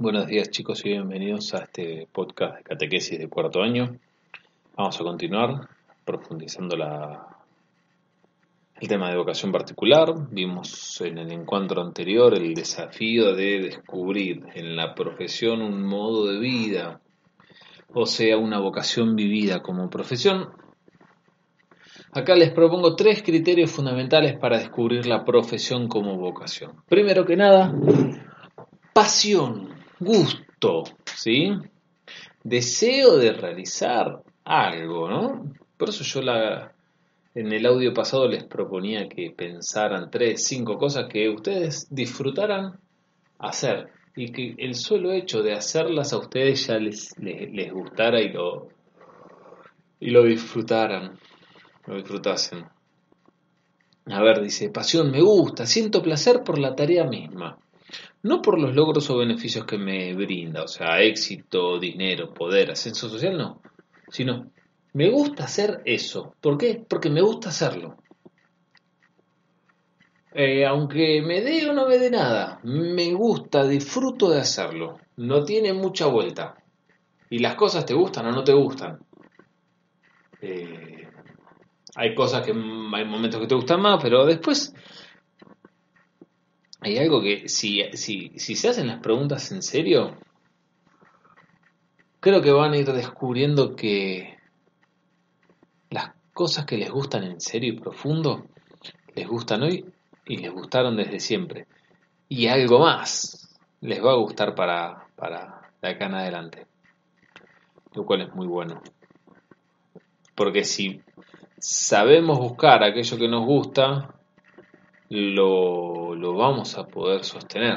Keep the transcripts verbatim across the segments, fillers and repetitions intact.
Buenos días chicos y bienvenidos a este podcast de catequesis de cuarto año. Vamos a continuar profundizando la, el tema de vocación particular. Vimos en el encuentro anterior el desafío de descubrir en la profesión un modo de vida, o sea, una vocación vivida como profesión. Acá les propongo tres criterios fundamentales para descubrir la profesión como vocación. Primero que nada, pasión, gusto, ¿sí? Deseo de realizar algo, ¿no? Por eso yo la, en el audio pasado les proponía que pensaran tres, cinco cosas que ustedes disfrutaran hacer y que el solo hecho de hacerlas a ustedes ya les, les, les gustara y lo, y lo disfrutaran, lo disfrutasen. A ver, dice, pasión, me gusta, siento placer por la tarea misma. No por los logros o beneficios que me brinda, o sea, éxito, dinero, poder, ascenso social, no. Sino, me gusta hacer eso. ¿Por qué? Porque me gusta hacerlo. Eh, aunque me dé o no me dé nada, me gusta, disfruto de hacerlo. No tiene mucha vuelta. Y las cosas te gustan o no te gustan. Eh, hay cosas que hay momentos que te gustan más, pero después hay algo que si, si, si se hacen las preguntas en serio, creo que van a ir descubriendo que las cosas que les gustan en serio y profundo, les gustan hoy y les gustaron desde siempre. Y algo más les va a gustar para, para de acá en adelante. Lo cual es muy bueno. Porque si sabemos buscar aquello que nos gusta, lo, lo vamos a poder sostener.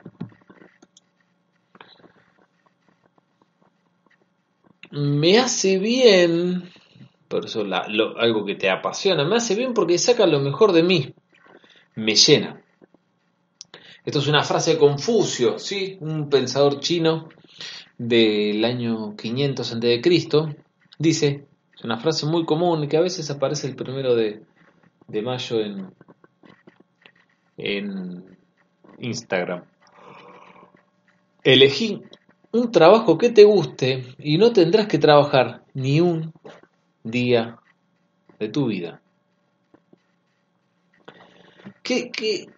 Me hace bien, por eso la, lo, algo que te apasiona, me hace bien porque saca lo mejor de mí, me llena. Esto es una frase de Confucio, ¿sí? Un pensador chino del año quinientos antes de Cristo. Dice, es una frase muy común que a veces aparece el primero de, de mayo en, en Instagram. Elegí un trabajo que te guste y no tendrás que trabajar ni un día de tu vida. ¿Qué, qué,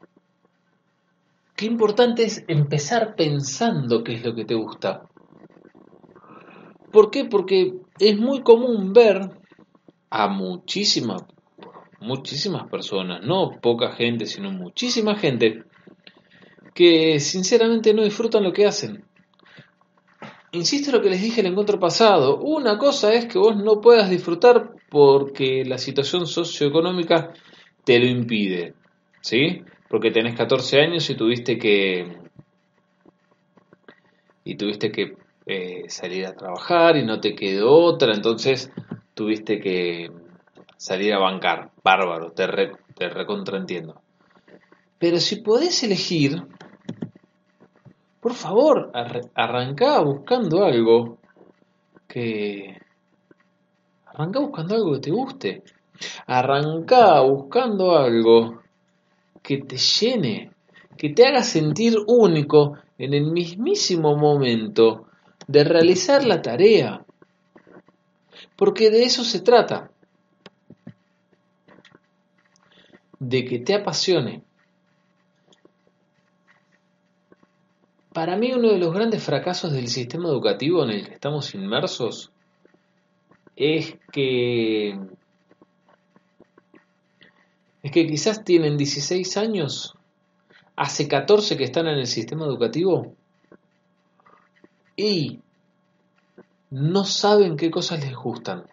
qué importante es empezar pensando qué es lo que te gusta? ¿Por qué? Porque es muy común ver a muchísimas, muchísimas personas, no poca gente, sino muchísima gente, que sinceramente no disfrutan lo que hacen. Insisto en lo que les dije en el encuentro pasado, una cosa es que vos no puedas disfrutar porque la situación socioeconómica te lo impide, ¿sí? Porque tenés catorce años y tuviste que y tuviste que eh, salir a trabajar y no te quedó otra, entonces tuviste que salir a bancar, bárbaro, te, re, te recontraentiendo. Pero si podés elegir, por favor, ar- arrancá buscando algo que... Arrancá buscando algo que te guste. Arrancá buscando algo que te llene, que te haga sentir único en el mismísimo momento de realizar la tarea. Porque de eso se trata. De que te apasione. Para mí uno de los grandes fracasos del sistema educativo en el que estamos inmersos es que es que quizás tienen dieciséis años, hace catorce que están en el sistema educativo y no saben qué cosas les gustan.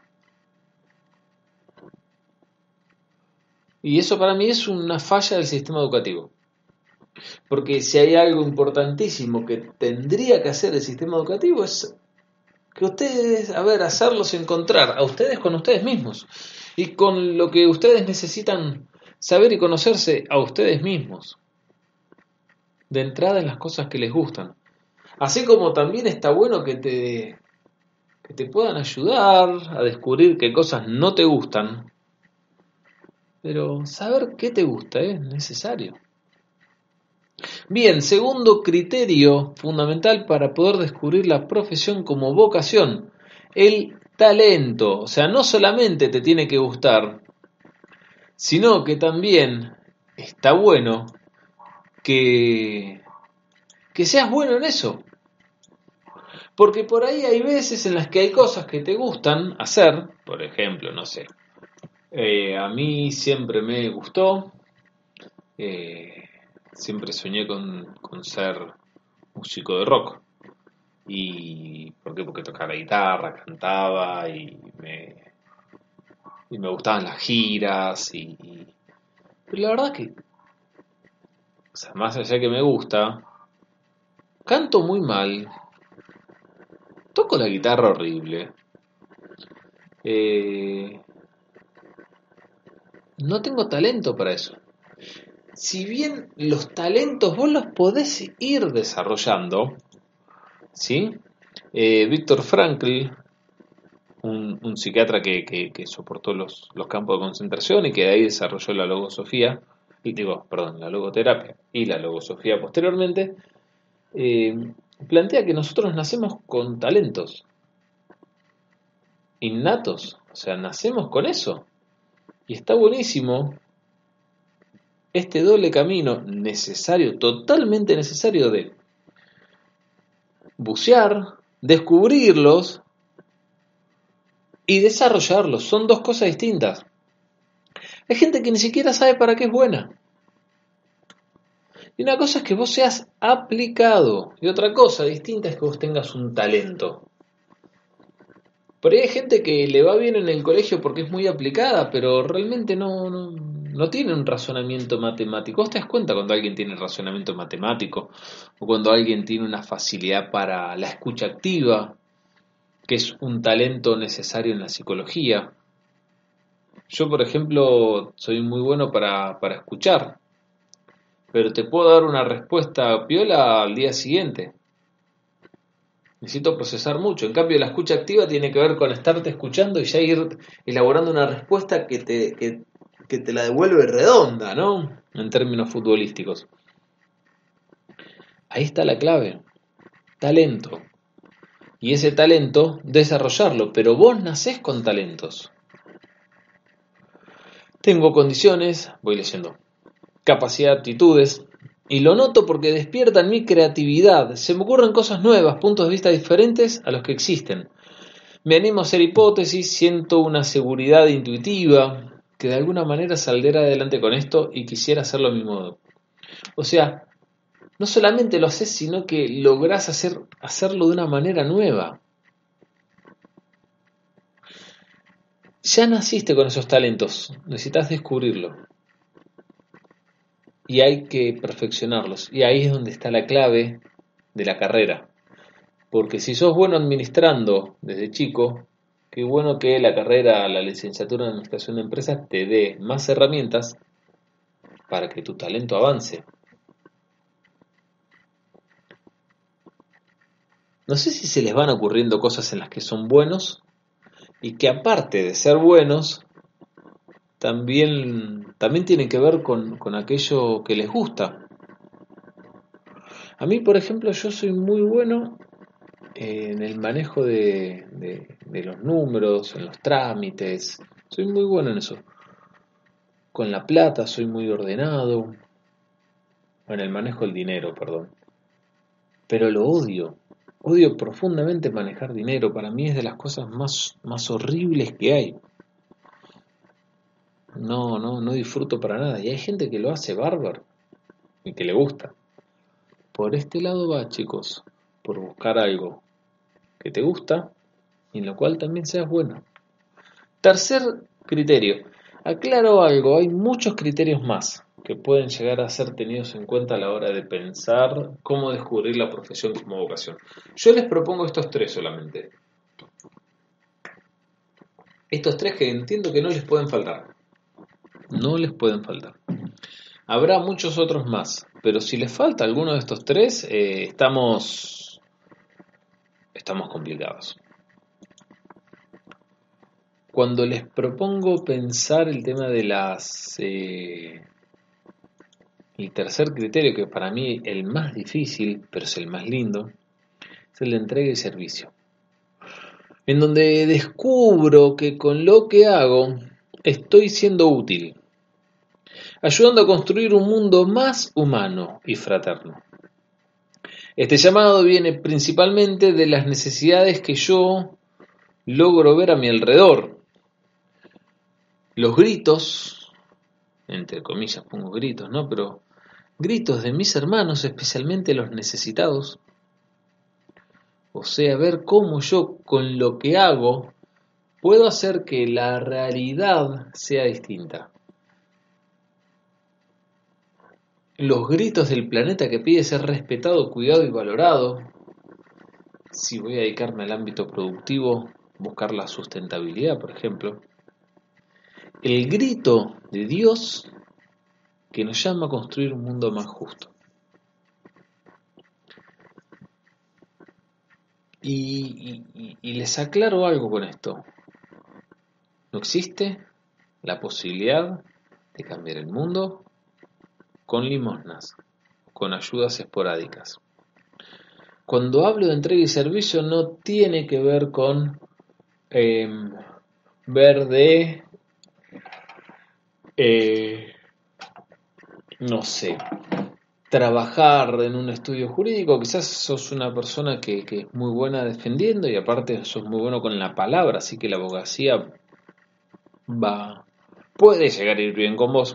Y eso para mí es una falla del sistema educativo. Porque si hay algo importantísimo que tendría que hacer el sistema educativo es que ustedes, a ver, hacerlos encontrar a ustedes con ustedes mismos y con lo que ustedes necesitan saber y conocerse a ustedes mismos. De entrada en las cosas que les gustan. Así como también está bueno que te, que te puedan ayudar a descubrir qué cosas no te gustan. Pero saber qué te gusta es necesario. Bien, segundo criterio fundamental para poder descubrir la profesión como vocación, el talento. O sea, no solamente te tiene que gustar, sino que también está bueno que, que seas bueno en eso. Porque por ahí hay veces en las que hay cosas que te gustan hacer, por ejemplo, no sé, eh, a mí siempre me gustó, eh, siempre soñé con, con ser músico de rock. ¿Y por qué? Porque tocaba la guitarra, cantaba y me, y me gustaban las giras. Y, y- Pero la verdad que, o sea, más allá que me gusta, canto muy mal, toco la guitarra horrible, eh, no tengo talento para eso. Si bien los talentos vos los podés ir desarrollando, ¿sí? Eh, Víctor Frankl, un, un psiquiatra que, que- que soportó los, los campos de concentración y que de ahí desarrolló la logosofía, y digo, perdón, la logoterapia y la logosofía posteriormente, eh, plantea que nosotros nacemos con talentos innatos, o sea, nacemos con eso. Y está buenísimo este doble camino necesario, totalmente necesario de bucear, descubrirlos y desarrollarlos. Son dos cosas distintas. Hay gente que ni siquiera sabe para qué es buena. Y una cosa es que vos seas aplicado. Y otra cosa distinta es que vos tengas un talento. Por ahí hay gente que le va bien en el colegio porque es muy aplicada, pero realmente no, no, no tiene un razonamiento matemático. ¿Vos te das cuenta cuando alguien tiene razonamiento matemático? O cuando alguien tiene una facilidad para la escucha activa, que es un talento necesario en la psicología. Yo, por ejemplo, soy muy bueno para, para escuchar, pero te puedo dar una respuesta piola al día siguiente. Necesito procesar mucho. En cambio, la escucha activa tiene que ver con estarte escuchando y ya ir elaborando una respuesta que te, que, que te la devuelve redonda, ¿no? En términos futbolísticos. Ahí está la clave. Talento. Y ese talento, desarrollarlo. Pero vos nacés con talentos. Tengo condiciones, voy leyendo, capacidad, aptitudes, y lo noto porque despiertan mi creatividad. Se me ocurren cosas nuevas, puntos de vista diferentes a los que existen. Me animo a hacer hipótesis, siento una seguridad intuitiva, que de alguna manera saldré adelante con esto y quisiera hacerlo a mi modo. O sea, no solamente lo haces, sino que lográs hacer, hacerlo de una manera nueva. Ya naciste con esos talentos, necesitas descubrirlo. Y hay que perfeccionarlos. Y ahí es donde está la clave de la carrera. Porque si sos bueno administrando desde chico, qué bueno que la carrera, la licenciatura en administración de empresas te dé más herramientas para que tu talento avance. No sé si se les van ocurriendo cosas en las que son buenos y que aparte de ser buenos, también, también tienen que ver con, con aquello que les gusta. A mí, por ejemplo, yo soy muy bueno en el manejo de, de, de los números, en los trámites. Soy muy bueno en eso. Con la plata soy muy ordenado. En el manejo del dinero, perdón. Pero lo odio. Odio profundamente manejar dinero. Para mí es de las cosas más, más horribles que hay. No, no, no disfruto para nada. Y hay gente que lo hace bárbaro y que le gusta. Por este lado va, chicos. Por buscar algo que te gusta y en lo cual también seas bueno. Tercer criterio. Aclaro algo, hay muchos criterios más que pueden llegar a ser tenidos en cuenta a la hora de pensar cómo descubrir la profesión como vocación. Yo les propongo estos tres solamente. Estos tres que entiendo que no les pueden faltar. No les pueden faltar. Habrá muchos otros más, pero si les falta alguno de estos tres, eh, estamos, estamos complicados. Cuando les propongo pensar el tema de las... Eh, El tercer criterio, que para mí el más difícil, pero es el más lindo, es el de entrega y servicio. En donde descubro que con lo que hago estoy siendo útil, ayudando a construir un mundo más humano y fraterno. Este llamado viene principalmente de las necesidades que yo logro ver a mi alrededor. Los gritos, entre comillas pongo gritos, ¿no? Pero gritos de mis hermanos, especialmente los necesitados. O sea, ver cómo yo con lo que hago puedo hacer que la realidad sea distinta. Los gritos del planeta que pide ser respetado, cuidado y valorado. Si voy a dedicarme al ámbito productivo, buscar la sustentabilidad, por ejemplo. El grito de Dios que nos llama a construir un mundo más justo. Y, y, y les aclaro algo con esto. No existe la posibilidad de cambiar el mundo con limosnas, con ayudas esporádicas. Cuando hablo de entrega y servicio no tiene que ver con eh, ver de, eh, no sé, trabajar en un estudio jurídico. Quizás sos una persona que, que es muy buena defendiendo y aparte sos muy bueno con la palabra, así que la abogacía va, puede llegar a ir bien con vos.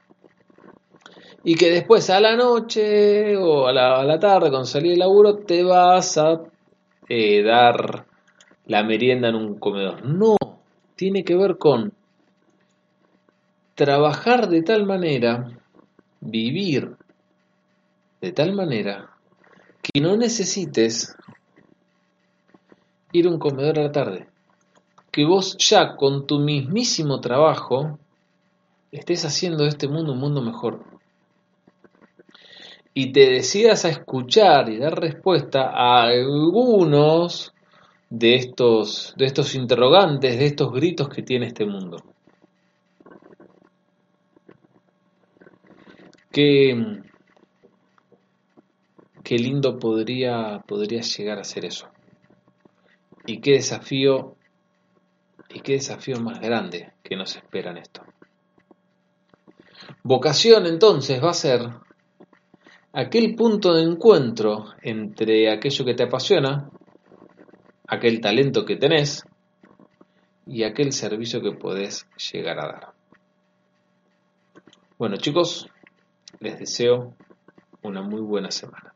Y que después a la noche o a la, a la tarde, cuando salís del laburo, te vas a eh, dar la merienda en un comedor. No, tiene que ver con trabajar de tal manera, vivir de tal manera, que no necesites ir a un comedor a la tarde. Que vos ya con tu mismísimo trabajo estés haciendo de este mundo un mundo mejor. Y te decidas a escuchar y dar respuesta a algunos de estos, de estos interrogantes, de estos gritos que tiene este mundo. Qué, qué lindo podría, podría llegar a ser eso. Y qué desafío, y qué desafío más grande que nos espera en esto. Vocación entonces va a ser aquel punto de encuentro entre aquello que te apasiona, aquel talento que tenés y aquel servicio que podés llegar a dar. Bueno chicos, les deseo una muy buena semana.